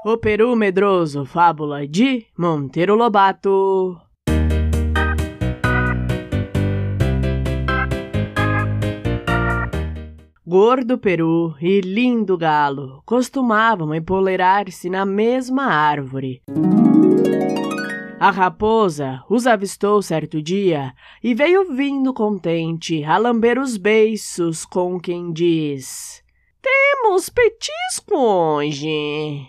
O Peru Medroso, fábula de Monteiro Lobato. Gordo peru e lindo galo costumavam empoleirar-se na mesma árvore. A raposa os avistou certo dia e veio vindo contente a lamber os beiços com quem diz: "Temos petisco hoje."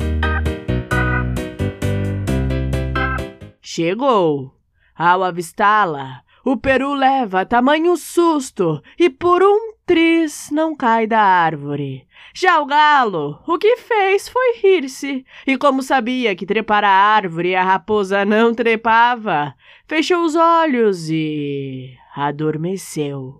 Chegou. Ao avistá-la, o peru leva tamanho susto e por um triz não cai da árvore. Já o galo, o que fez foi rir-se, e como sabia que trepar a árvore a raposa não trepava, fechou os olhos e adormeceu.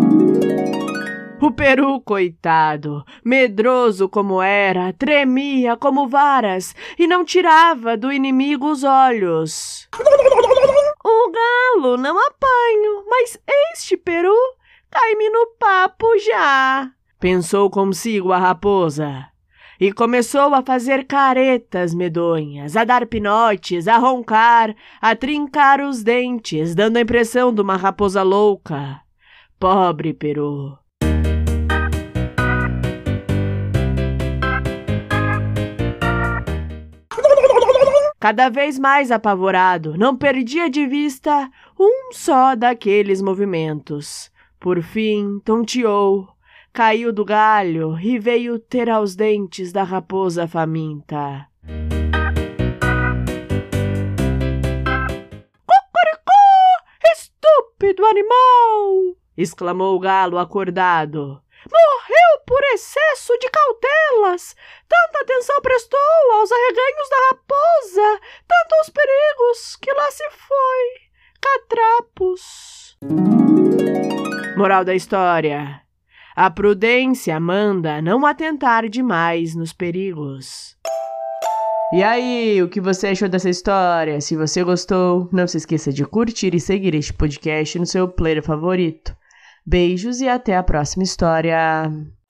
O peru, coitado, medroso como era, tremia como varas e não tirava do inimigo os olhos. "O galo não apanho, mas este peru cai-me no papo já", pensou consigo a raposa. E começou a fazer caretas medonhas, a dar pinotes, a roncar, a trincar os dentes, dando a impressão de uma raposa louca. Pobre peru! Cada vez mais apavorado, não perdia de vista um só daqueles movimentos. Por fim, tonteou, caiu do galho e veio ter aos dentes da raposa faminta. "Cocoricó, estúpido animal!" exclamou o galo acordado. "Morreu por excesso de cautelas! Tanta atenção prestou aos arreganhos da raposa, tanto aos perigos, que lá se foi, catrapos." Moral da história: a prudência manda não atentar demais nos perigos. E aí, o que você achou dessa história? Se você gostou, não se esqueça de curtir e seguir este podcast no seu player favorito. Beijos e até a próxima história.